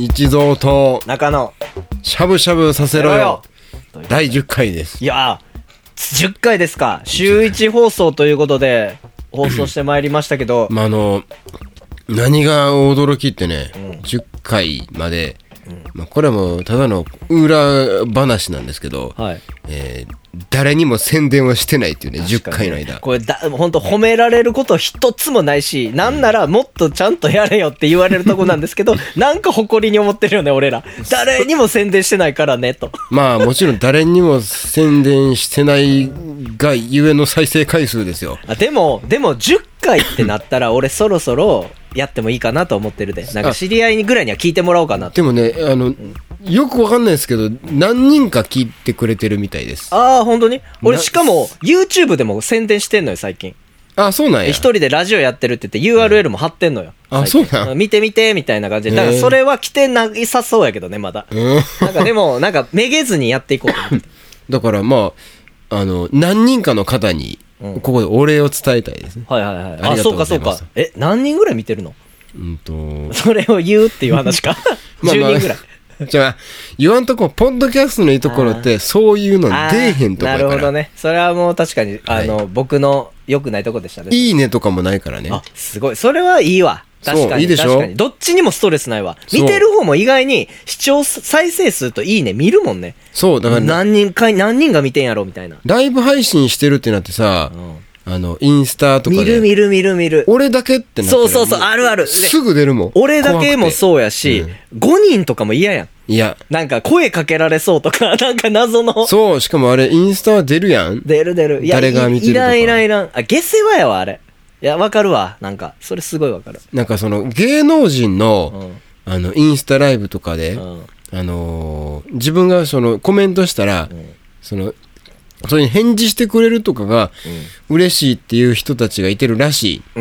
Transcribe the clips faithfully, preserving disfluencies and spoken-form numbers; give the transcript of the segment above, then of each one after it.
一蔵と中野しゃぶしゃぶさせろよだいじゅっかいです。 いやーじゅっかいですか。週いち放送ということで放送してまいりましたけどまああの何が驚きってね、うん、じゅっかいまで、うんまあ、これはもうただの裏話なんですけど、はいえー、誰にも宣伝をしてないっていうね、じゅっかいの間これだ本当褒められること一つもないし、なんならもっとちゃんとやれよって言われるとこなんですけどなんか誇りに思ってるよね俺ら。誰にも宣伝してないからねとまあもちろん誰にも宣伝してないがゆえの再生回数ですよ。 あでもでもじゅっかいってなったら俺そろそろやってもいいかなと思ってるで。なんか知り合いぐらいには聞いてもらおうかなと。 でもねあの、うん、よくわかんないですけど何人か聞いてくれてるみたいです。 ああ本当に。俺しかも YouTube でも宣伝してんのよ最近。 あそうなんや。 一人でラジオやってるって言って ユーアールエル も貼ってんのよ、 うん、あそうなん。 見て見てみたいな感じで。だからそれは来てなさそうやけどねまだ、えー、なんかでもなんかめげずにやっていこうと思ってだからまああの何人かの方にここでお礼を伝えたいですね、 うん、はいはいはい。あそうかそうか。え何人ぐらい見てるの。 うんとそれを言うっていう話かじゅうにんぐらいじゃあ言わんとこポッドキャストのいいところってそういうの出えへんとこやから。 なるほどね。それはもう確かにあの、はい、僕の良くないとこでしたね。 いいねとかもないからね。 あすごいそれはいいわ。確かにいいでしょ。 確かにどっちにもストレスないわ。見てる方も意外に視聴再生数といいね見るもんね。 そうだから何人か何人が見てんやろみたいな。 ライブ配信してるってなってさ、うんあのインスタとかで見る見る見る見る。 俺だけってなったらそうそうそうあるあるすぐ出るもん。 俺だけもそうやし、うん、ごにんとかも嫌やん。 いやなんか声かけられそうとかなんか謎の。 そうしかもあれインスタは出るやん。 出る出る。いや誰が見てるとかいらんいらんいらん。あ下世話やわあれ。いやわかるわ。なんかそれすごいわかる。 なんかその芸能人の、うん、あのインスタライブとかで、うん、あのー、自分がそのコメントしたら、うん、そのそれに返事してくれるとかが嬉しいっていう人たちがいてるらしい、うん、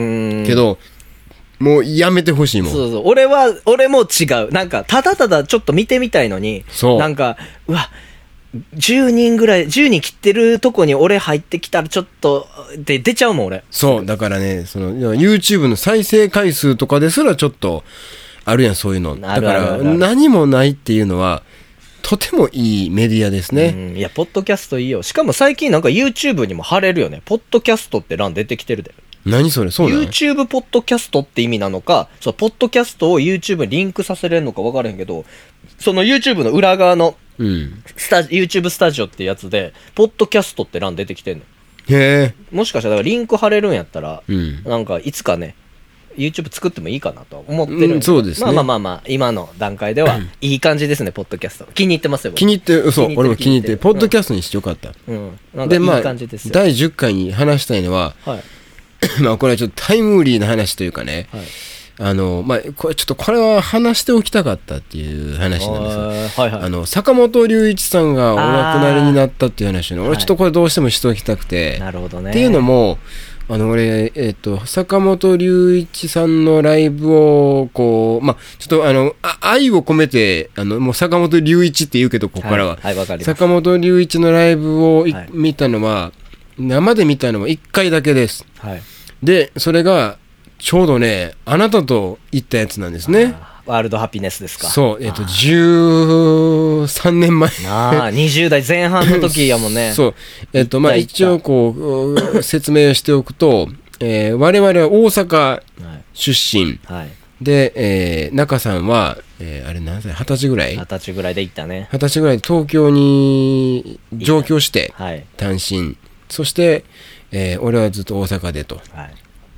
けどもうやめてほしいもん。 そうそう俺は俺も違う。なんかただただちょっと見てみたいのになんかうわじゅうにんぐらいじゅうにん切ってるとこに俺入ってきたらちょっとで出ちゃうもん俺。 そうだからねその YouTube の再生回数とかですらちょっとあるやんそういうの。だから何もないっていうのはとてもいいメディアですね、 うん、いやポッドキャストいいよ。しかも最近なんか YouTube にも貼れるよね。ポッドキャストって欄出てきてるで。 何それ。そうなの YouTube ポッドキャストって意味なのか、そうポッドキャストを YouTube にリンクさせれるのか分からへんけど、その YouTube の裏側のスタジ、うん、YouTube スタジオってやつでポッドキャストって欄出てきてんの。 へえ。 もしかしたらリンク貼れるんやったら、うん、なんかいつかねYouTube 作ってもいいかなと思ってる、うん、 そうですね。 まあまあまあまあ今の段階ではいい感じですねポッドキャスト。気に入ってますよ。 気に入って、そう俺も気に入ってポッドキャストにしてよかった、 うん、なんかいい感じですよ。 でまあだいじゅっかいに話したいのは、はい、まあこれはちょっとタイムリーな話というかね、はい、あのまあこれちょっとこれは話しておきたかったっていう話なんですよ、はいはい、あの坂本龍一さんがお亡くなりになったっていう話ね。俺ちょっとこれどうしてもしておきたくて、 なるほどね。 っていうのもあの俺、えー、と坂本龍一さんのライブをこう、まあ、ちょっとあの愛を込めてあのもう坂本龍一って言うけどここからは、 はいはい、かります。 坂本龍一のライブを、はい、見たのは生で見たのはいっかいだけです、はい、でそれがちょうどねあなたと行ったやつなんですね。 ワールドハピネスですか。 そう、えっ、ー、とじゅうさんねんまえあにじゅう代前半の時やもんねそう、えっ、ー、とまあ一応こう説明をしておくと、えー、我々は大阪出身、はいはい、で、えー、中さんは、えー、あれ何歳二十歳ぐらい二十歳ぐらいで行ったね。 二十歳ぐらいで東京に上京して単身、はい、そして、えー、俺はずっと大阪でと、はい、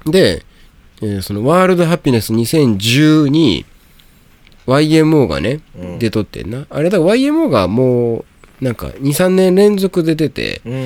で、えー、そのワールドハピネスにせんじゅうにワイエムオー がね、うん、出とってんな。あれだ ワイエムオー がもうなんか にさんねん連続で出て、 うん、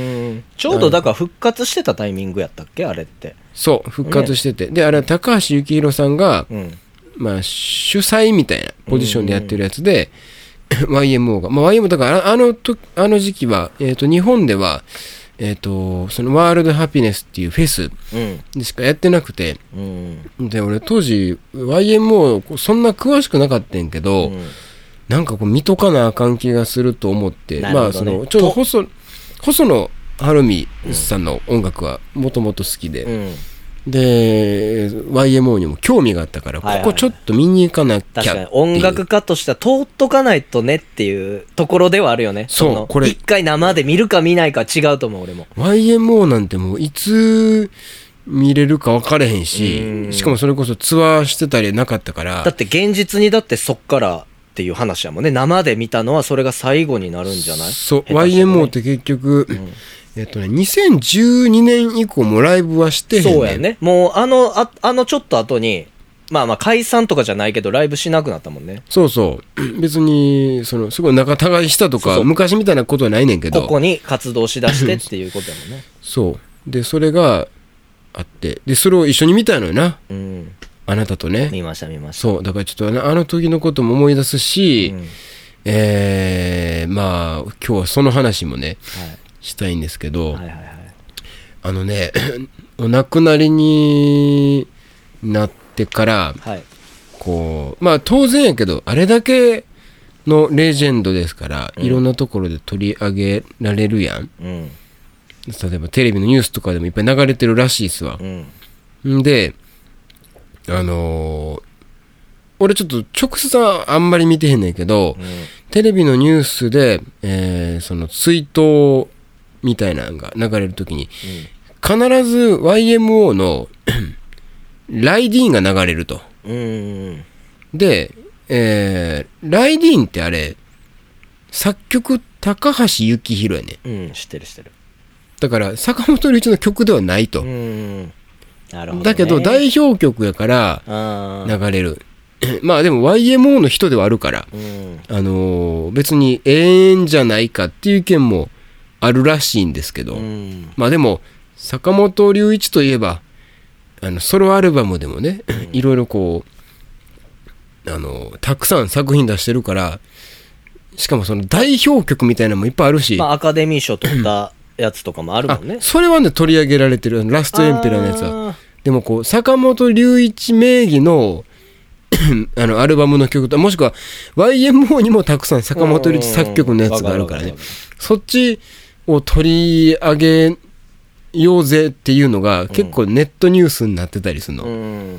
ちょうどだから復活してたタイミングやったっけあれって。 そう復活してて、ね、であれは高橋幸宏さんが、うん、まあ主催みたいなポジションでやってるやつで、うんうん、ワイエムオー が、まあ、ワイエムオー だからあのとあの時期は、えーと、日本ではえーと、そのワールドハピネスっていうフェスでしかやってなくて、うん、で俺当時 ワイエムオー そんな詳しくなかったんやけど、うん、なんかこう見とかなあかん気がすると思って、ね、まあそのちょうど細、細野晴臣さんの音楽はもともと好きで、うん、 で ワイエムオー にも興味があったから、はいはい、ここちょっと見に行かなきゃっていう。 確かに音楽家としては通っとかないとねっていうところではあるよね。 そう、 そこれ一回生で見るか見ないか違うと思う俺も。 ワイエムオー なんてもういつ見れるか分かれへんし、しかもそれこそツアーしてたりなかったから。 だって現実にだってそっからっていう話やもんね。生で見たのはそれが最後になるんじゃない？ そう、ね、ワイエムオー って結局、うんえっとね、にせんじゅうにねん以降もライブはしてへんねん。 そうやね。もうあの、あ、あのちょっと後に、まあまあ解散とかじゃないけどライブしなくなったもんね。 そうそう。別に、その、すごい仲違いしたとか、そうそう昔みたいなことはないねんけど。 ここに活動しだしてっていうことやもんね。 そう。で、それがあって、で、それを一緒に見たのよな。うん。あなたとね。 見ました見ました。 そう。だからちょっとあの時のことも思い出すし、うん、えー、まあ、今日はその話もね、はいしたいんですけど、はいはいはい、あのねお亡くなりになってから、はい、こうまあ当然やけどあれだけのレジェンドですから、うん、いろんなところで取り上げられるやん、うん、例えばテレビのニュースとかでもいっぱい流れてるらしいっすわ、うん、であのー、俺ちょっと直接はあんまり見てへんねんけど、うん、テレビのニュースで、えー、その追悼みたいなのが流れるときに、うん、必ず ワイエムオー のライディーンが流れると、うん、で、えー、ライディーンってあれ作曲高橋幸宏やね、 うん、知ってる知ってる。 だから坂本龍一の曲ではないと、うん、なるほどね、だけど代表曲やから流れるまあでも ワイエムオー の人ではあるから、うん、あのー、別に永遠じゃないかっていう意見もあるらしいんですけど、うん、まあでも坂本龍一といえばあのソロアルバムでもね、うん、いろいろこうあのたくさん作品出してるから、しかもその代表曲みたいなのもいっぱいあるし、 まあ、アカデミー賞取ったやつとかもあるもんね。 それはね取り上げられてるラストエンペラーのやつは。でもこう坂本龍一名義のあのアルバムの曲ともしくは ワイエムオー にもたくさん坂本龍一作曲のやつがあるからね、そっちを取り上げようぜっていうのが結構ネットニュースになってたりするの、うん、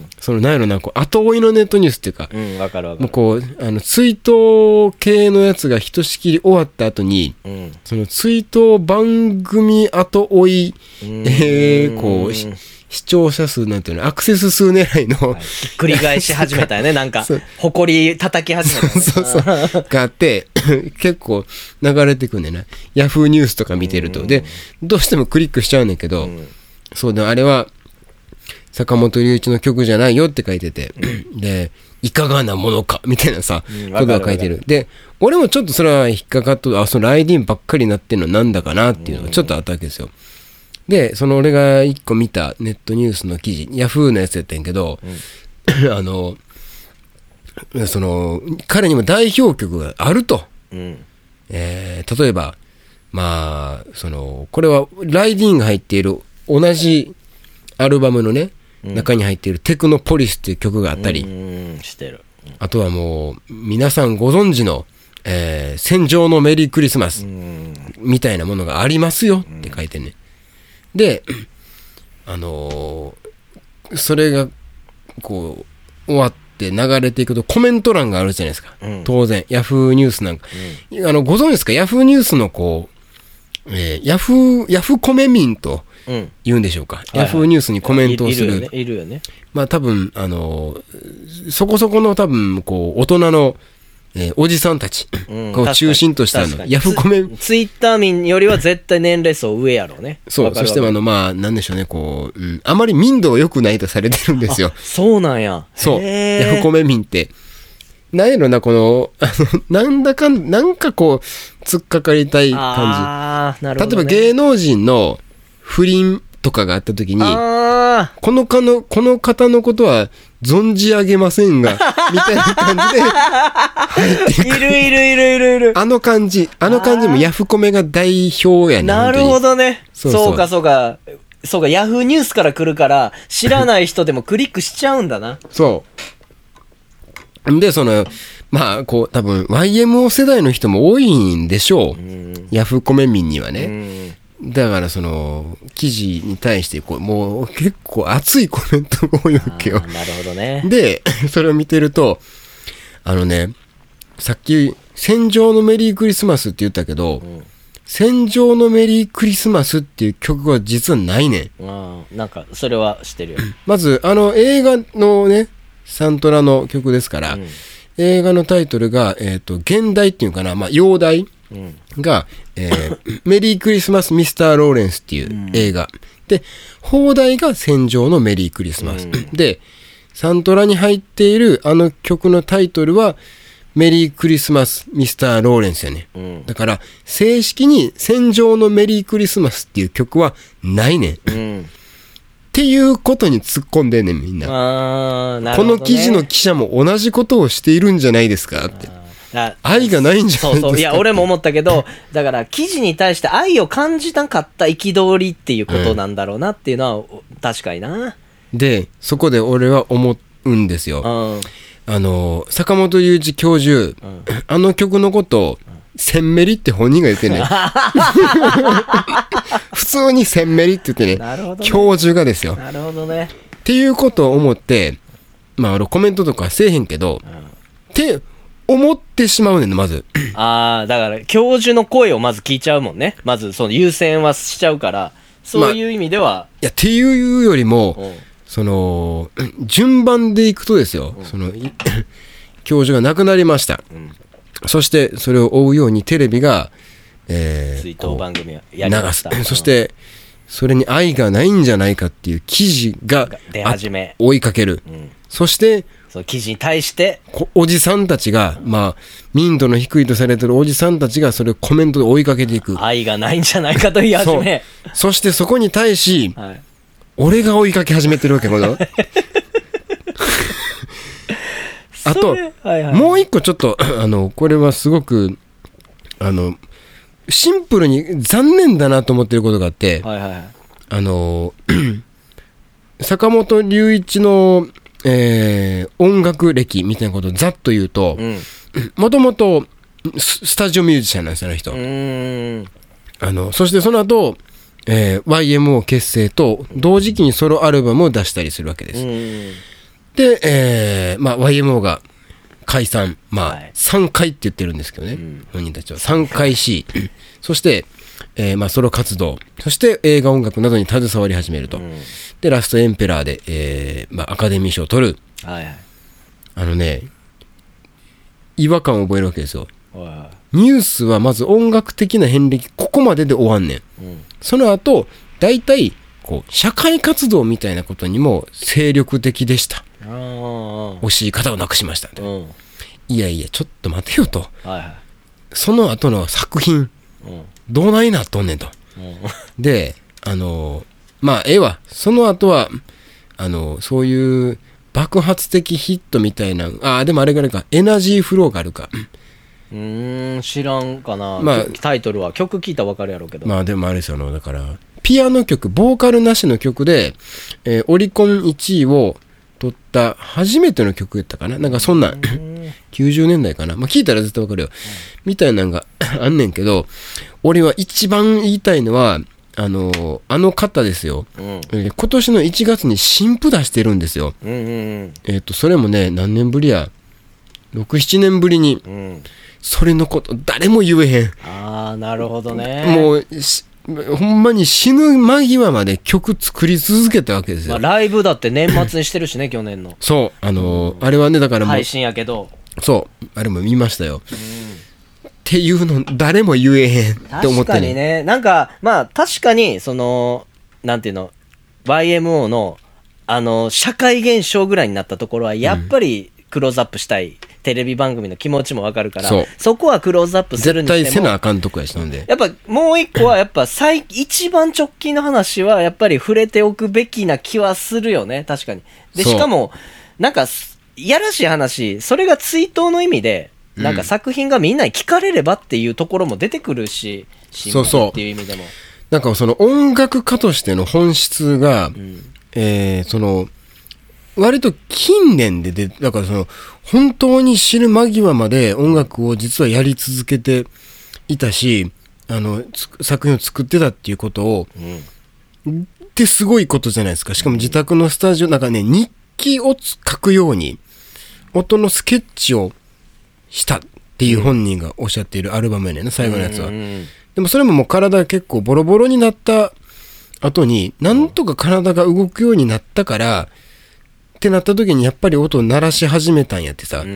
そのなんやろなこう後追いのネットニュースっていうか、 うん、わかるわかる。 もうこうあの追悼系のやつがひとしきり終わった後に、うん、その追悼番組後追い、うん、えー、こう視聴者数なんていうのアクセス数狙いの、はい、 繰り返し始めたよねなんか誇り叩き始めた、ね、 そうそうそうがあって結構流れてくんねんな、ヤフーニュースとか見てると。でどうしてもクリックしちゃうんだけど、うん、そうであれは坂本龍一の曲じゃないよって書いてて、うん、でいかがなものかみたいなさ、うん、ことが書いてる。で俺もちょっとそれは引っかかっとあそのライディーンばっかりになってるのはなんだかなっていうのがちょっとあったわけですよ。でその俺が一個見たネットニュースの記事ヤフーのやつやったんやけど、うん、あのその彼にも代表曲があると、うんえー、例えばまあそのこれはライディーンが入っている同じアルバムのね、うん、中に入っているテクノポリスっていう曲があったり、 うんしてる、うん、 あとはもう皆さんご存知の、えー、戦場のメリークリスマスみたいなものがありますよって書いてね、で、あのー、それがこう終わって流れていくとコメント欄があるじゃないですか、うん、当然ヤフーニュースなんか、うん、あのご存知ですか、ヤフーニュースのこう、えー、ヤフーヤフコメ民と言うんでしょうか、うん、ヤフーニュースにコメントをする、 いるよね、いるよね。 まあ多分あのー、そこそこの多分こう大人のえー、おじさんたちを中心としたのヤフコメツイッター民よりは絶対年齢層上やろうね。 そうそしてあのまあなんでしょうねこう、うん、あまり民度良くないとされてるんですよ。 そうなんや。 そうヤフコメ民ってなんやろなこのあのなんだかんなんかこう突っかかりたい感じ。 あなるほど、ね、 例えば芸能人の不倫とかがあった時にあこのかのこの方のことは存じ上げませんがみたいな感じで入っていく。 いるいるいるいるいる。 あの感じあの感じもヤフコメが代表やね。 なるほどね。そうそうそうかそうかそうかヤフーニュースから来るから知らない人でもクリックしちゃうんだな。 そうでそのまあこう多分 ワイエムオー 世代の人も多いんでしょう、うん、ヤフコメ民にはね。 だからその記事に対してこうもう結構熱いコメントが多いわけよ。 なるほどね。 でそれを見てるとあのねさっき戦場のメリークリスマスって言ったけど、うん、戦場のメリークリスマスっていう曲は実はないねん。 あなんかそれは知ってるよ。 まずあの映画のねサントラの曲ですから、うん、映画のタイトルが、えーと、現代っていうかな、まあ、洋題が、うんえー、メリークリスマスミスター・ローレンスっていう映画、うん、で邦題が戦場のメリークリスマス、うん、でサントラに入っているあの曲のタイトルはメリークリスマスミスター・ローレンスやね、うん、だから正式に戦場のメリークリスマスっていう曲はないね、うん、っていうことに突っ込んでんねんみんな。あ、なるほどね、この記事の記者も同じことをしているんじゃないですかって。愛がないんじゃないですか。そうそう、 いや俺も思ったけどだから記事に対して愛を感じなかった憤りっていうことなんだろうなっていうのは、うん、確かにな。 でそこで俺は思うんですよ、うん、あの坂本龍一教授、うん、あの曲のことをセンメリって本人が言ってね普通にセンメリって言ってね、なるほどね、教授がですよ。 なるほどね。 っていうことを思ってまあ俺コメントとかせえへんけど、うん、って思ってしまうねんまず。 ああだから教授の声をまず聞いちゃうもんね。まずその優先はしちゃうからそういう意味では、まあ、 いやっていうよりも、うん、その順番でいくとですよ、うん、その教授が亡くなりました、うん、そしてそれを追うようにテレビが、えー、 追悼番組をやりました。 流す。そしてそれに愛がないんじゃないかっていう記事が出始め追いかける、うん、そしてその記事に対しておじさんたちが、まあ民度の低いとされてるおじさんたちがそれをコメントで追いかけていく。 愛がないんじゃないかと言い始めそ, そしてそこに対し、はい、俺が追いかけ始めてるわけこのあと、はいはい、もう一個ちょっとあのこれはすごくあのシンプルに残念だなと思ってることがあって、はいはい、あの坂本龍一の、えー、音楽歴みたいなことをざっと言うと、もともとスタジオミュージシャンなんですよ、あの人。うーん、あのそしてその後、えー、ワイエムオー 結成と同時期にソロアルバムを出したりするわけです。で、えーまあ、ワイエムオー が解散、まあはい、さんかいって言ってるんですけどね、うん、本人たちはさんかいしそして、えーまあ、ソロ活動、そして映画音楽などに携わり始めると、うん、でラストエンペラーで、えーまあ、アカデミー賞を取る、はいはい、あのね違和感を覚えるわけですよ。はい、ニュースはまず音楽的な遍歴ここまでで終わんねん、うん、その後だいたいこう社会活動みたいなことにも精力的でした。惜しい方を亡くしました、うん、いやいやちょっと待てよと、はいはい、その後の作品、うん、どうないなっとんねんと、うん、であのまあ絵はその後はあのそういう爆発的ヒットみたいな、あでもあれがあれかエナジーフローがあるか、 うーん知らんかな、まあ、タイトルは曲聞いたら分かるやろうけど、 まあでもあれですよだからピアノ曲ボーカルなしの曲で、えー、オリコンいちいを取った初めての曲やったかな、なんかそんなきゅうじゅうねんだいかな、まあ聞いたら絶対わかるよ、うん、みたいなのがあんねんけど、俺は一番言いたいのはあのあの方ですよ、うん、今年のいちがつに新譜出してるんですよ、うんうんうん、えっとそれもね何年ぶりやろく、ななねんぶりに、うん、それのこと誰も言えへん。 ああなるほどね。 もうほんまに死ぬ間際まで曲作り続けたわけですよ、 まあ、ライブだって年末にしてるしね去年のそうあのーうん、あれはねだからもう配信やけどそうあれも見ましたよ、うん、っていうの誰も言えへんって思ってね。 確かにねなんかまあ確かにそのなんていうの ワイエムオー のあの社会現象ぐらいになったところはやっぱりクローズアップしたい、うんテレビ番組の気持ちもわかるから そ, そこはクローズアップするにしても絶対せなあかんとこやしなんでやっぱもう一個はやっぱ最一番直近の話はやっぱり触れておくべきな気はするよね確かに。でしかもなんかいやらしい話それが追悼の意味でなんか作品がみんなに聞かれればっていうところも出てくるし、うん、そうそうっていう意味でもなんかその音楽家としての本質が、うんえー、その割と近年ででだからその本当に死ぬ間際まで音楽を実はやり続けていたしあの作品を作ってたっていうことを、うん、ってすごいことじゃないですか。しかも自宅のスタジオなんかね、日記を書くように音のスケッチをしたっていう本人がおっしゃっているアルバムやねんな、最後のやつは。うん、でもそれももう体結構ボロボロになった後になんとか体が動くようになったからってなった時にやっぱり音を鳴らし始めたんやってさ、うん、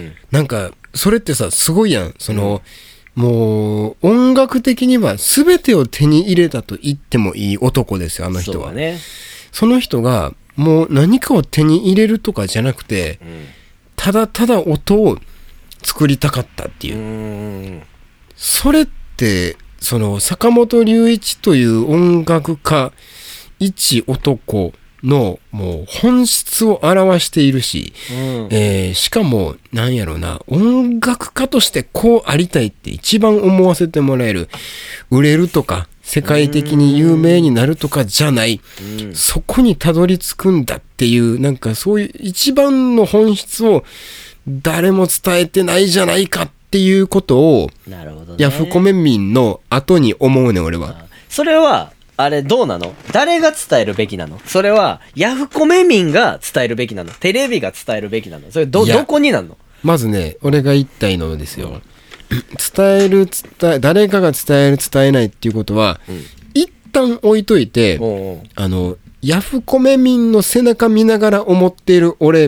なんかそれってさすごいやん。その、うん、もう音楽的には全てを手に入れたと言ってもいい男ですよ、あの人は。 そ, ね、その人がもう何かを手に入れるとかじゃなくて、うん、ただただ音を作りたかったっていう、うん、それってその坂本龍一という音楽家一男のもう本質を表しているし、うんえー、しかもなんやろな、音楽家としてこうありたいって一番思わせてもらえる、売れるとか世界的に有名になるとかじゃない、うん、そこにたどり着くんだっていう、なんかそういう一番の本質を誰も伝えてないじゃないかっていうことを、なるほどね、ヤフコメ民の後に思うね俺は。 それはあれどうなの？誰が伝えるべきなの？それはヤフコメ民が伝えるべきなの？テレビが伝えるべきなの？それ ど, どこになるの？ まずね、俺が言いたいのですよ、うん、伝える伝え誰かが伝える伝えないっていうことは、うん、一旦置いといて、おうおうあのヤフコメ民の背中見ながら思っている俺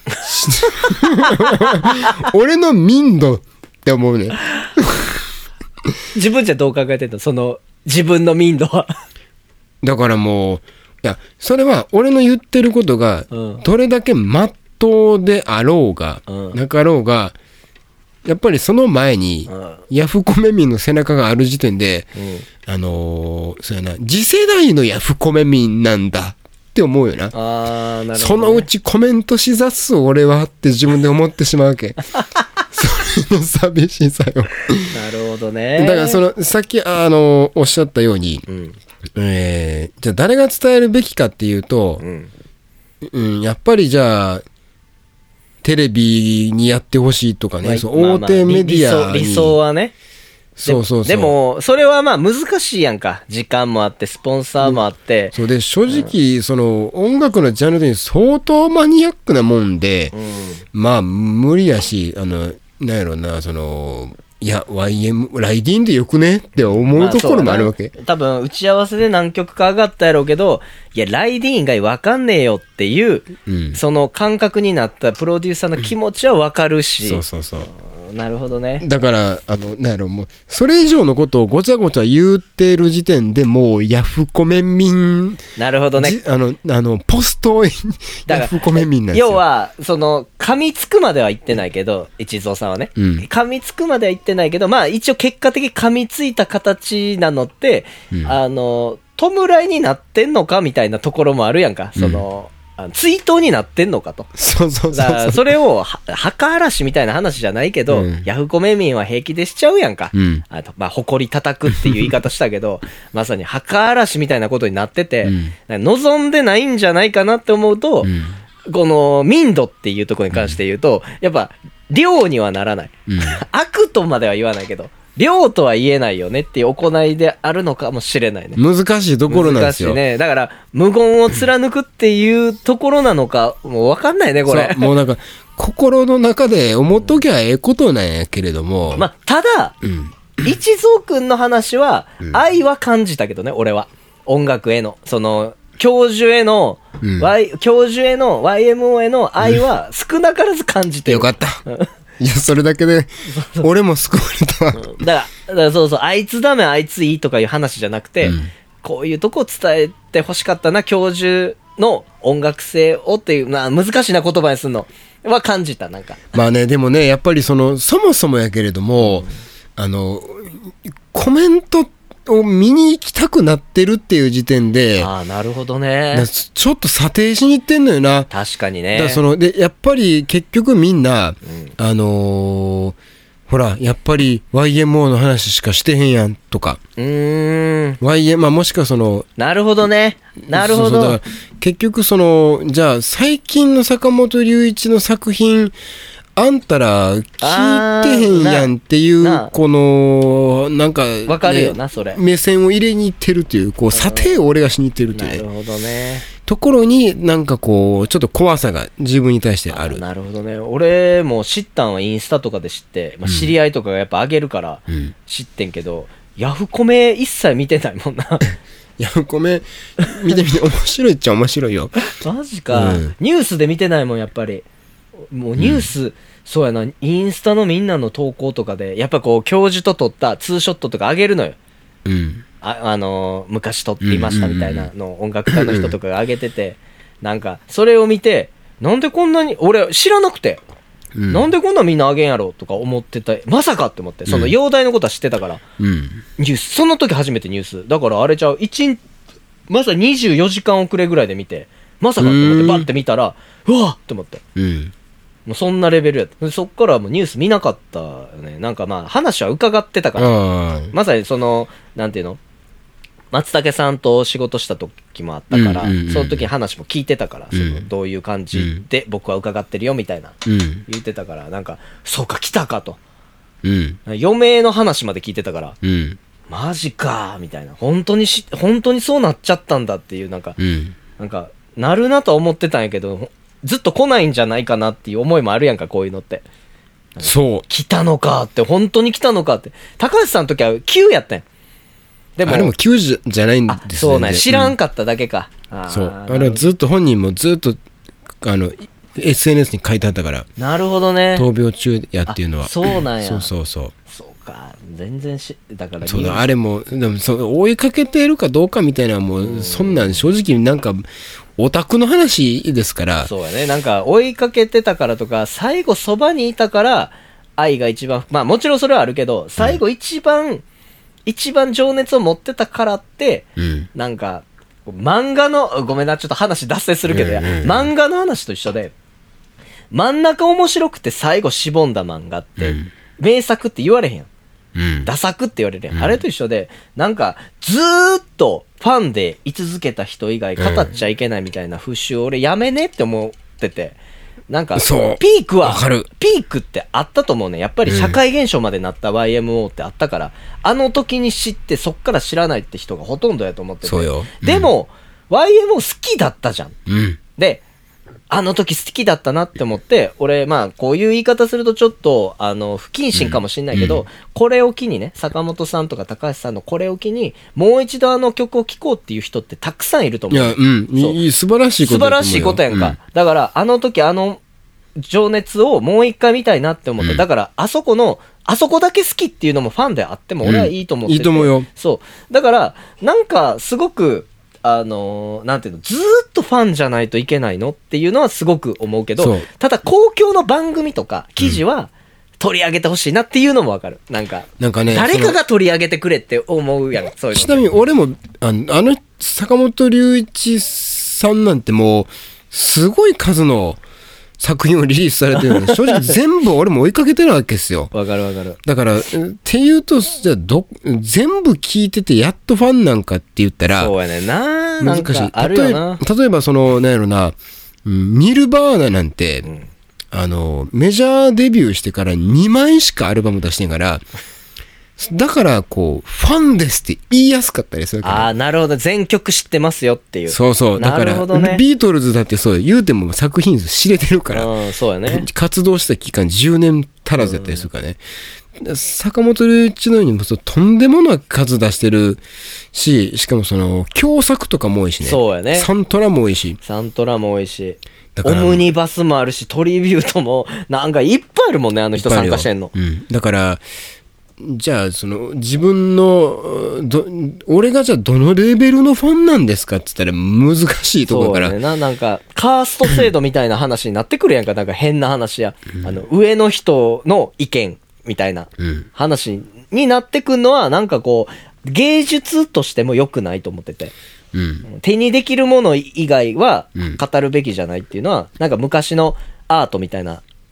俺の民度って思うね自分じゃどう考えてんの？その自分の民度はだからもう、いやそれは俺の言ってることがどれだけまっとうであろうが、うん、なかろうがやっぱりその前に、うん、ヤフコメ民の背中がある時点で、うん、あのー、そうやな、次世代のヤフコメ民なんだって思うよな。あー、なるほどね。そのうちコメントしざす俺はって自分で思ってしまうわけそれの寂しさよなるほどね。 だからそのさっきあのおっしゃったように、うんえー、じゃあ誰が伝えるべきかっていうと、うんうん、やっぱりじゃあテレビにやってほしいとかね、まあ、そう大手メディアに、まあまあ、理想、 理想はね。 そうそうそう。 でもそれはまあ難しいやんか。時間もあってスポンサーもあって、うん、 そうで正直、うん、その音楽のジャンルで相当マニアックなもんで、うん、まあ無理やし、あのなんやろな、そのいや ワイエム ライディーンでよくねって思うところもあるわけ、 まあ、多分打ち合わせで何曲か上がったやろうけど、いやライディーンが分かんねえよっていう、うん、その感覚になったプロデューサーの気持ちは分かるし、 そうそうそう、 なるほどね。 だからあのなんやろ、もうそれ以上のことをごちゃごちゃ言ってる時点でもうヤフコメ民、 なるほどね、 あのあのポストヤフコメ民なんですよ。 要はその噛みつくまでは言ってないけど、一蔵さんはね、うん、噛みつくまでは言ってないけど、まあ一応結果的に噛みついた形なのって、うん、あの弔いになってんのかみたいなところもあるやんか。その、うん、追悼になってんのかと。 そうそうそうそう。 だからそれを墓荒らしみたいな話じゃないけど、うん、ヤフコメ民は平気でしちゃうやんか。うん、あとまあ誇り叩くっていう言い方したけどまさに墓荒らしみたいなことになってて、うん、望んでないんじゃないかなって思うと、うん、この民度っていうところに関して言うと、やっぱ量にはならない、うん、悪とまでは言わないけど量とは言えないよねっていう行いであるのかもしれないね。 難しいところなんですよ。 難しいね。だから無言を貫くっていうところなのかもう分かんないねこれ。 もうなんか心の中で思っときゃええことなんやけれども、 まあただ、うん、一蔵くんの話は愛は感じたけどね、俺は音楽へのその教授への、うん y、教授への ワイエムオー への愛は少なからず感じてる、 うん、よかったいやそれだけで俺も救われたわだから、だからそうそう、あいつダメあいついいとかいう話じゃなくて、うん、こういうとこを伝えてほしかったな教授の音楽性をっていう、まあ、難しいな言葉にするのは感じた。なんかまあね、でもねやっぱりそのそもそもやけれども、うん、あのコメントを見に行きたくなってるっていう時点で、 ああなるほどね、 ちょっと査定しに行ってんのよな。 確かにね。 だからそのでやっぱり結局みんな、うん、あのー、ほらやっぱり ワイエムオー の話しかしてへんやんとか、うーん ワイエム、まあ、もしくはそのなるほどね、なるほど。そうそう、だから結局そのじゃあ最近の坂本龍一の作品あんたら聞いてへんやんっていうこのなんか、ね、 わかるよなそれ目線を入れに行ってるっていうこう査定を俺がしに行ってるっていう、ね、 なるほどねところになんかこうちょっと怖さが自分に対してある。 あなるほどね。俺も知ったんはインスタとかで知って、まあ、知り合いとかがやっぱ上げるから知ってんけど、うん、ヤフコメ一切見てないもんなヤフコメ見てみて面白いっちゃ面白いよマジか、うん、ニュースで見てないもんやっぱり。もうニュース、うん、そうやな、インスタのみんなの投稿とかでやっぱこう教授と撮ったツーショットとか上げるのよ、うん、あ, あのー、昔撮っていましたみたいなのを音楽家の人とかが上げててなんかそれを見てなんでこんなに俺知らなくて、うん、なんでこんなみんな上げんやろとか思ってた、まさかって思って、その容体のことは知ってたから、うん、ニュースその時初めてニュースだからあれちゃう一まさににじゅうよじかん遅れぐらいで見てまさかって思ってバッて見たらうわっって思って、うんもうそんなレベルやった。そっからもうニュース見なかったよね。なんかまあ話は伺ってたから、まさにそのなんていうの松竹さんと仕事した時もあったから、うんうんうん、その時に話も聞いてたから、うん、そのどういう感じで僕は伺ってるよみたいな、うん、言ってたからなんかそうか来たかと、うん、余命の話まで聞いてたから、うん、マジかみたいな本当にし本当にそうなっちゃったんだっていうなんか、うん、なんかなるなとは思ってたんやけど。ずっと来ないんじゃないかなっていう思いもあるやんかこういうのってそう来たのかって本当に来たのかって高橋さんの時はきゅうやったんやでもあれもきゅうじゃ、じゃないんですねそうね知らんかっただけか、 うん、あそうあれはずっと本人もずっとあの エスエヌエス に書いてあったからなるほどね闘病中やっていうのはそうなんやそうそうそうそうか全然しだからそうだあれもでもそう追いかけてるかどうかみたいなもう、うん、そんなん正直なんかオタクの話ですからそうやねなんか追いかけてたからとか最後そばにいたから愛が一番まあもちろんそれはあるけど最後一番、うん、一番情熱を持ってたからって、うん、なんか漫画のごめんなちょっと話脱線するけど、うんうんうん、漫画の話と一緒で真ん中面白くて最後しぼんだ漫画って、うん、名作って言われへんやんうん、ダ作って言われるやん、うん、あれと一緒でなんかずーっとファンで居続けた人以外語っちゃいけないみたいな風習俺やめねって思っててなんかピークはピークってあったと思うねやっぱり社会現象までなった ワイエムオー ってあったから、うん、あの時に知ってそっから知らないって人がほとんどやと思っててそうよ、 うん、でも ワイエムオー 好きだったじゃん、 うん、 であの時好きだったなって思って俺まあこういう言い方するとちょっとあの不謹慎かもしれないけど、うんうん、これを機にね坂本さんとか高橋さんのこれを機にもう一度あの曲を聴こうっていう人ってたくさんいると思う。 いやうんいい素晴らしいこと素晴らしいことやんか、うん、だからあの時あの情熱をもう一回見たいなって思って、うん、だからあそこのあそこだけ好きっていうのもファンであっても俺はいいと思ってて、 うん、いいと思うよ。 そうだからなんかすごくあのー、なんていうのずーっとファンじゃないといけないのっていうのはすごく思うけどただ公共の番組とか記事は取り上げてほしいなっていうのもわかるなんかなんかね誰かが取り上げてくれって思うやんそういうの。 ちなみに俺もあの、あの坂本龍一さんなんてもうすごい数の作品をリリースされてるので正直全部俺も追いかけてるわけですよ。 わかるわかる。 だからっていうとじゃあど全部聞いててやっとファンなんかって言ったらそうやねんな難しい。 なんかあるよな。 例え例えばそのなんやろなニルバーナなんて、うん、あのメジャーデビューしてからにまいしかアルバム出してんからだからこうファンですって言いやすかったりするから。 ああなるほど全曲知ってますよっていう。 そうそうだから、ね、ビートルズだってそう言うても作品数知れてるから、 うん、そうやね、 活動した期間じゅうねん足らずやったりするからね、うん、坂本龍一のようにもそうとんでもない数出してるししかもその共作とかも多いしね。 そうやねサントラも多いしサントラも多いしオムニバスもあるしトリビュートもなんかいっぱいあるもんねあの人参加してんの、 うん、だからじゃあその自分のど俺がじゃあどのレベルのファンなんですかって言ったら難しいところからそう、ね、な, なんかカースト制度みたいな話になってくるやんかなんか変な話や、うん、あの上の人の意見みたいな話になってくるのはなんかこう芸術としても良くないと思ってて、うん、手にできるもの以外は語るべきじゃないっていうのはなんか昔のアートみたいな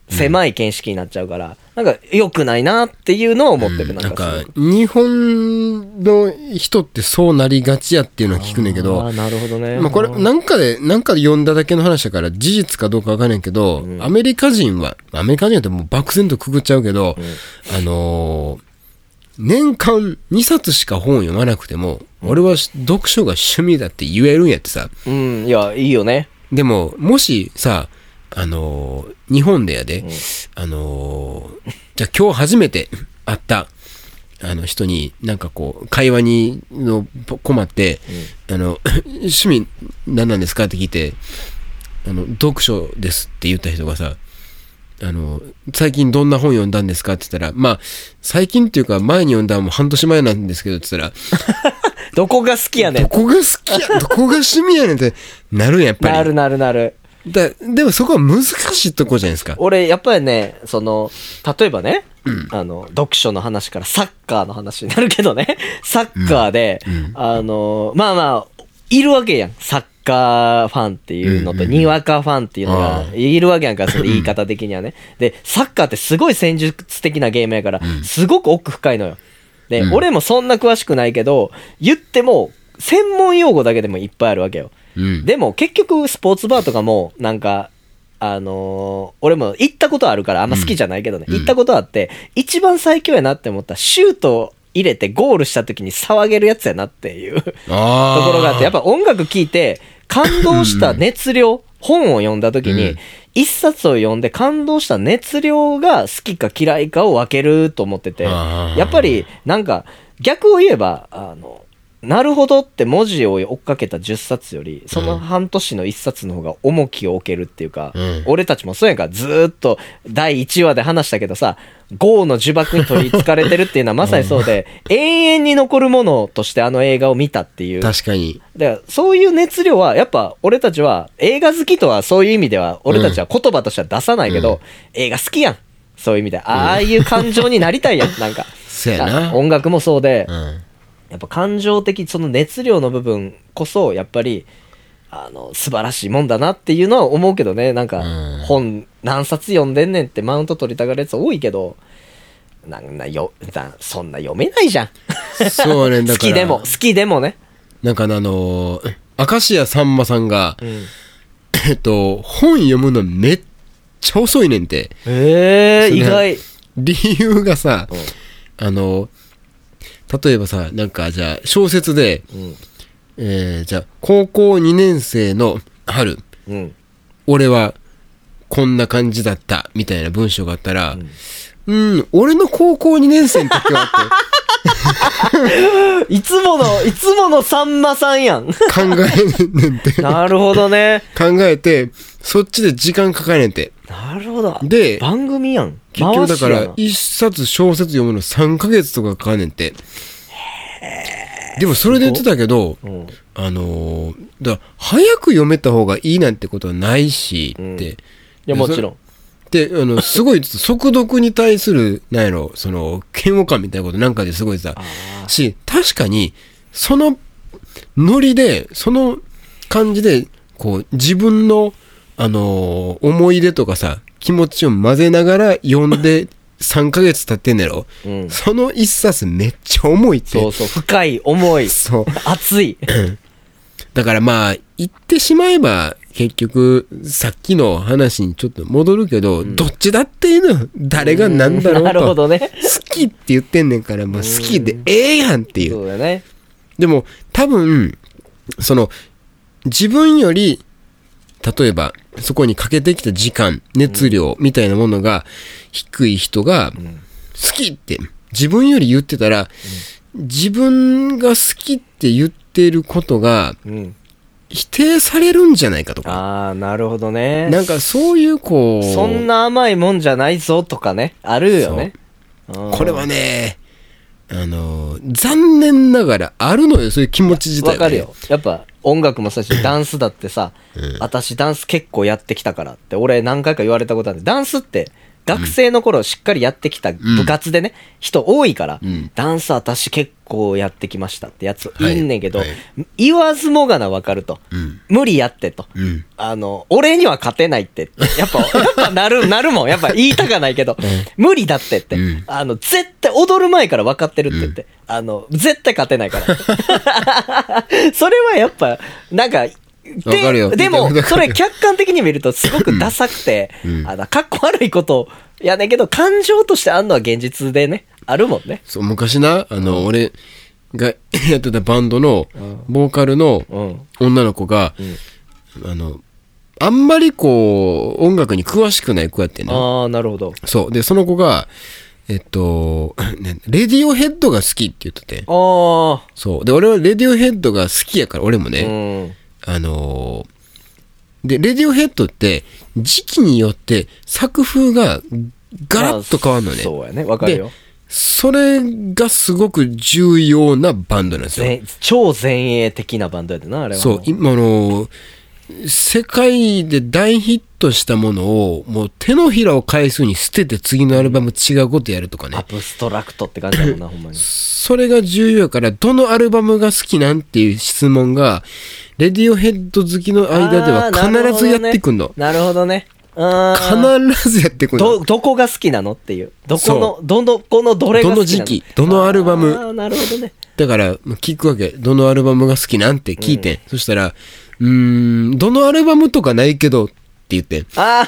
狭い見識になっちゃうから、うん、なんか良くないなっていうのを思ってる、 うん、なんか日本の人ってそうなりがちやっていうのは聞くねんけど、 あ、なるほどね。 まあこれなんかでなんかで読んだだけの話だから事実かどうかわかんないけど、うん、アメリカ人はアメリカ人ってもう漠然とくくっちゃうけど、うん、あのー、年間にさつしか本読まなくても、うん、俺は読書が趣味だって言えるんやってさ。 うん、いやいいよね。 でももしさ、あのー、日本でやで、うん、あのー、じゃあ今日初めて会ったあの人になんかこう会話にの困って、うん、あの趣味何なんですかって聞いて、あの読書ですって言った人がさ、あの最近どんな本読んだんですかって言ったら、まあ最近っていうか前に読んだもう半年前なんですけどって言ったらどこが好きやねん、 どこが好きやどこが趣味やねんってなるんやっぱり。 なるなるなる。 だでもそこは難しいとこじゃないですか。 俺やっぱりね、その例えばね、うん、あの読書の話からサッカーの話になるけどね、サッカーで、うんうん、あのまあまあいるわけやん、サッカーファンっていうのとにわかファンっていうのがいるわけやんか、その言い方的にはね。でサッカーってすごい戦術的なゲームやからすごく奥深いのよ。で、うん、俺もそんな詳しくないけど、言っても専門用語だけでもいっぱいあるわけよ。うん、でも結局スポーツバーとかもなんかあのー、俺も行ったことあるからあんま好きじゃないけどね、うん、行ったことあって、一番最強やなって思ったらシュート入れてゴールした時に騒げるやつやなっていうところがあって、やっぱ音楽聴いて感動した熱量、本を読んだ時に一冊を読んで感動した熱量が好きか嫌いかを分けると思ってて、やっぱりなんか逆を言えば、あのなるほどって文字を追っかけたじゅっさつよりその半年のいっさつの方が重きを置けるっていうか、うん、俺たちもそうやんか、ずーっとだいいちわで話したけどさ、ゴーの呪縛に取り憑かれてるっていうのはまさにそうで、うん、永遠に残るものとしてあの映画を見たっていう。 確かに。 だからそういう熱量はやっぱ俺たちは映画好きとはそういう意味では俺たちは言葉としては出さないけど、うん、映画好きやん、そういう意味でああいう感情になりたいやんなんかそうやな。 音楽もそうで、 うんやっぱ感情的その熱量の部分こそやっぱりあの素晴らしいもんだなっていうのは思うけどね。なんか本何冊読んでんねんってマウント取りたがるやつ多いけど、なんなよなそんな読めないじゃん。 そうね、だから好きでも好きでもね。 なんかあのー、明石家さんまさんが、 うん、 えっと本読むのめっちゃ遅いねんて。 へえー、意外。 理由がさ、 うん、 あの例えばさ、なんかじゃあ小説で、 うん、 えー、じゃあ高校にねん生の春、 うん、 俺はこんな感じだったみたいな文章があったら、うん、うん俺の高校にねん生の時はっていつものいつものさんまさんやん考えねんてなるほどね。 考えてそっちで時間かかれんて。 なるほど。 で番組やん。 結局だから一冊小説読むのさんかげつとかかかんねんて。でもそれで言ってたけど、うん、あのー、だから早く読めた方がいいなんてことはないしって、うん、いやもちろんであのすごい速読に対するなんやろその嫌悪感みたいなことなんかですごいさし、確かにそのノリでその感じでこう自分のあのー、思い出とかさ気持ちを混ぜながら読んでさんかげつ経ってんねやろ、うん、その一冊めっちゃ重いって。 そうそう深い重いそう熱いだからまあ言ってしまえば結局さっきの話にちょっと戻るけど、うん、どっちだっていいの誰が何だろうと、 なるほどね、 好きって言ってんねんからもう好きでええやんっていう。 そうだね。 でも多分その自分より例えばそこにかけてきた時間熱量みたいなものが低い人が好きって自分より言ってたら、自分が好きって言ってることが否定されるんじゃないかとか、 ああなるほどね。 なんかそういうこうそんな甘いもんじゃないぞとかねあるよね。 これはねあの残念ながらあるのよそういう気持ち自体は、ね、 わかるよ。やっぱ音楽もそうだしダンスだってさ、うん、私ダンス結構やってきたからって俺何回か言われたことあるんで、ダンスって学生の頃しっかりやってきた部活でね、うん、人多いから、うん、ダンス私結構やってきましたってやついんねんけど、はいはい、言わずもがな分かると、うん、無理やってと、うん、あの俺には勝てないってやっぱやっぱなるなるもんやっぱ言いたかないけど、うん、無理だってって、うん、あの絶対踊る前から分かってるって言って、うん、あの絶対勝てないからそれはやっぱなんかで, でもそれ客観的に見るとすごくダサくて、うん、あのかっこ悪いことやねんけど感情としてあんのは現実でねあるもんね。 そう昔なあの、うん、俺がやってたバンドのボーカルの女の子が、うん、あのあんまりこう音楽に詳しくない子やってんね。 ああなるほど。 そうでその子がえっと、ね、レディオヘッドが好きって言ってて、 あそうで俺はレディオヘッドが好きやから俺もね、うんあのー、でレディオヘッドって時期によって作風がガラッと変わるのね。 そうやねわかるよ。 でそれがすごく重要なバンドなんですよ。 超前衛的なバンドやでなあれは。 そう今の世界で大ヒットしたものをもう手のひらを返すに捨てて次のアルバム違うことやるとかね。 アブストラクトって感じだもんなほんまに。 それが重要やからどのアルバムが好きなんていう質問がレディオヘッド好きの間では必ずやってくんの。 なるほどね。 必ずやってくんの。 ど、どこが好きなのっていう。どこの、どの、このどれが好きなの？ どの時期、どのアルバム。 ああ、なるほどね。 だから聞くわけ。どのアルバムが好きなんて聞いて、うん、そしたら、うーん、どのアルバムとかないけどって言って。あ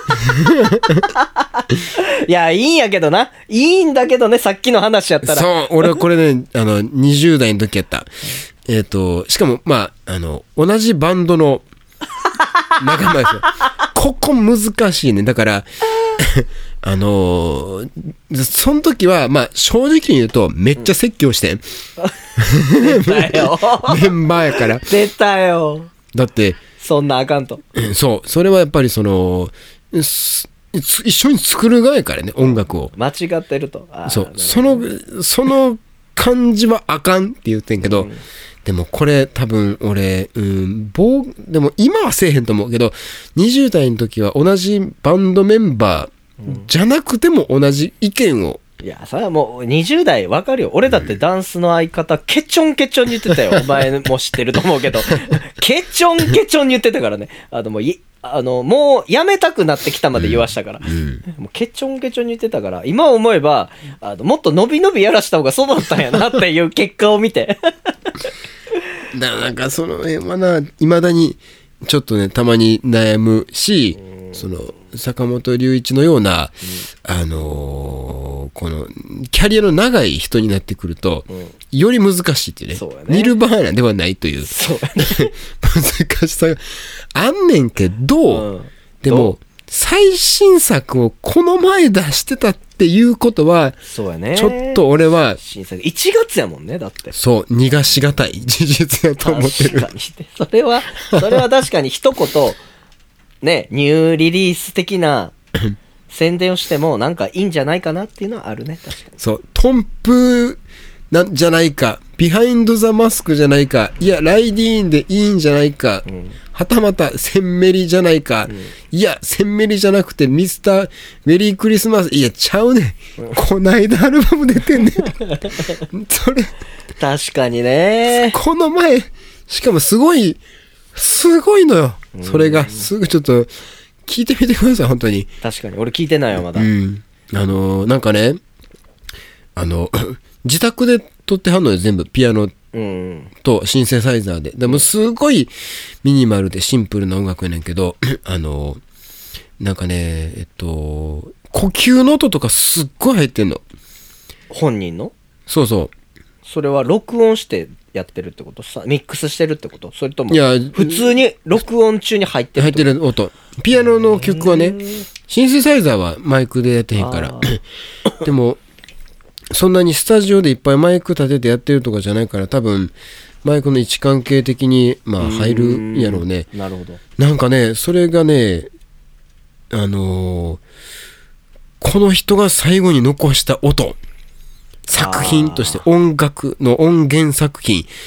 あ。いや、いいんやけどな。いいんだけどね、さっきの話やったら。 そう、俺はこれね、あの、にじゅう代の時やった。えっと、しかも、まあ、あの、同じバンドの仲間ですよ。ここ難しいね。だから、あのー、その時は、まあ、正直に言うと、めっちゃ説教してん。 出たよ。 メンバーやから。 出たよ。 だって、 そんなあかんと。 そう、それはやっぱりその、一緒に作る側やからね、音楽を。 間違ってると。 そう、その、その感じはあかんって言ってんけど、うん、でもこれ多分俺、うん、棒、でも今はせえへんと思うけど、にじゅう代の時は同じバンドメンバーじゃなくても同じ意見を。 いや、それはもうにじゅう代わかるよ。俺だってダンスの相方、ケチョンケチョンに言ってたよ。お前も知ってると思うけど。ケチョンケチョンに言ってたからね。あのもうい、あの、もうやめたくなってきたまで言わしたから。うんうん、もうケチョンケチョンに言ってたから、今思えば、あのもっと伸び伸びやらした方がそうだったんやなっていう結果を見て。 だからなんかその辺はな、未だにちょっとね、たまに悩むし、その、坂本龍一のような、うん、あのー、この、キャリアの長い人になってくると、うん、より難しいっていうね。そうやね。ニルバーナではないという。そうやね。難しさがあんねんけど、うん、でも、最新作をこの前出してたっていうことは、 そうやね。 ちょっと俺は、 新作いちがつやもんね、だって。 そう、逃がしがたい事実やと思ってる。 確かに。それは、それは確かに一言、ね、ニューリリース的な宣伝をしてもなんかいいんじゃないかなっていうのはあるね。確かに。 そう、トンプなんじゃないか、ビハインドザマスクじゃないか、いやライディーンでいいんじゃないか、うん、はたまたセンメリじゃないか、うん、いやセンメリじゃなくてミスターメリークリスマス、いやちゃうね、うん、こないだアルバム出てんねん。それ確かにね。 この前しかもすごいすごいのよ。それがすぐちょっと聞いてみてください本当に。 確かに俺聞いてないよまだ。 うん、あのー、なんかね、あの自宅で撮ってはんのよ全部ピアノとシンセサイザーで。でもすごいミニマルでシンプルな音楽やねんけど、あのー、なんかねえっと呼吸の音とかすっごい入ってんの。 本人の？ そうそう。 それは録音してやってるってこと？さミックスしてるってこと？それとも普通に録音中に入ってる入ってる音。ピアノの曲はね、シンセサイザーはマイクでやってへんからでもそんなにスタジオでいっぱいマイク立ててやってるとかじゃないから、多分マイクの位置関係的にまあ入るやろうね。 なるほど。 なんかねそれがね、あのー、この人が最後に残した音、作品として音楽の音源作品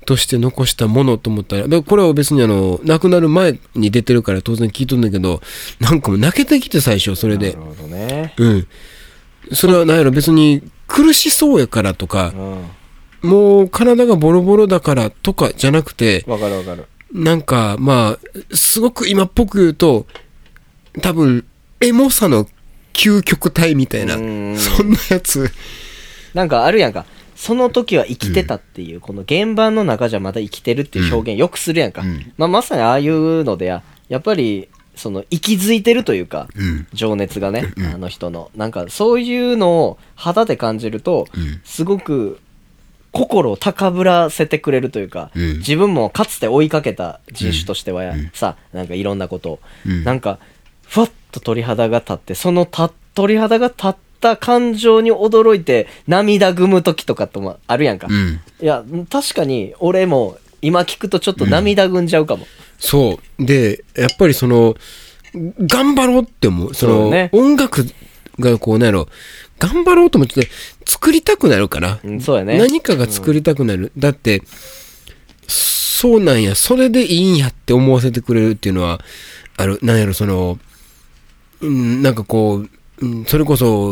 として残したものと思ったら、だからこれは別にあの亡くなる前に出てるから当然聞いとんだけど、なんかもう泣けてきて最初それで。 なるほどね。 うん。それは何やろ、別に苦しそうやからとか、うん、もう体がボロボロだからとかじゃなくて、 わかるわかる。 なんかまあすごく今っぽく言うと、多分エモさの究極体みたいな、そんなやつ。 なんかあるやんか。その時は生きてたっていう、うん、この現場の中じゃまだ生きてるっていう表現よくするやんか。うん、まあ、まさにああいうのでや、やっぱり、その息づいてるというか、うん、情熱がね、うん、あの人の。なんかそういうのを肌で感じると、うん、すごく心を高ぶらせてくれるというか、うん、自分もかつて追いかけた人種としてはや、うん、さ、なんかいろんなことを、うん、なんか、ふわっと鳥肌が立って、そのた鳥肌が立って、感情に驚いて涙ぐむ時とかともあるやんか、うん、いや確かに俺も今聞くとちょっと涙ぐんじゃうかも、うん、 そうでやっぱりその頑張ろうって思う、その、ね、音楽がこうなんやろ頑張ろうと思って作りたくなるから、 うん、そうやね、 何かが作りたくなる、うん、だってそうなんやそれでいいんやって思わせてくれるっていうのはある、なんやろその、うん、なんかこうそれこそ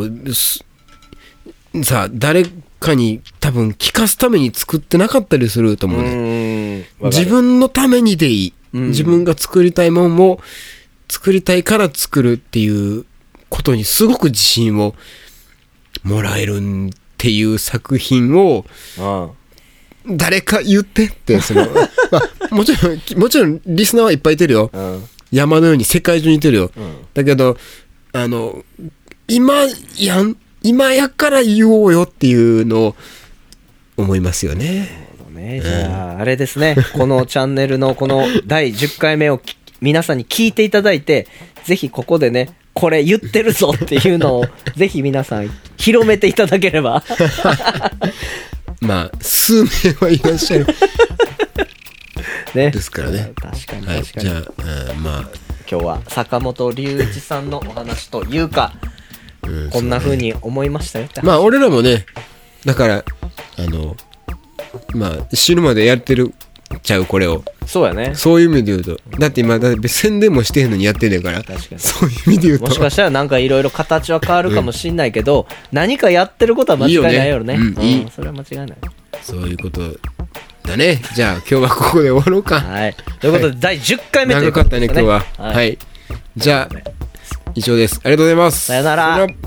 さ誰かに多分聞かすために作ってなかったりすると思うね。う自分のためにでいい、自分が作りたいものを作りたいから作るっていうことにすごく自信をもらえるっていう作品を誰か言ってってその、まあ、もちろんもちろんリスナーはいっぱいいてるよ、山のように世界中にいてるよ、だけどあの今やん今やから言おうよっていうのを思いますよね。 なるほどね。じゃあ、うん、あれですね、このチャンネルのこのだいじゅっかいめを皆さんに聞いていただいて、ぜひここでねこれ言ってるぞっていうのをぜひ皆さん広めていただければまあ数名はいらっしゃるね、 ですからね。 確かに確かに、 はい、じゃあ、うん、まあ今日は坂本龍一さんのお話というか、うん、こんな風に思いましたよって話。 まあ俺らもね、だからあのまあ死ぬまでやってるちゃうこれを。 そうやね。 そういう意味で言うと、だって今だって宣伝もしてへんのにやってんねんから。 確かに。 そういう意味で言うと、 もしかしたらなんかいろいろ形は変わるかもしんないけど、うん、何かやってることは間違いないよね。いいよね。うん、いい。それは間違いない。 そういうことだね。じゃあ今日はここで終わろうか。 はい。ということで、はい、だいじゅっかいめということですね。長かったね今日は。はい。はい、じゃあ以上です。ありがとうございます。 さよなら。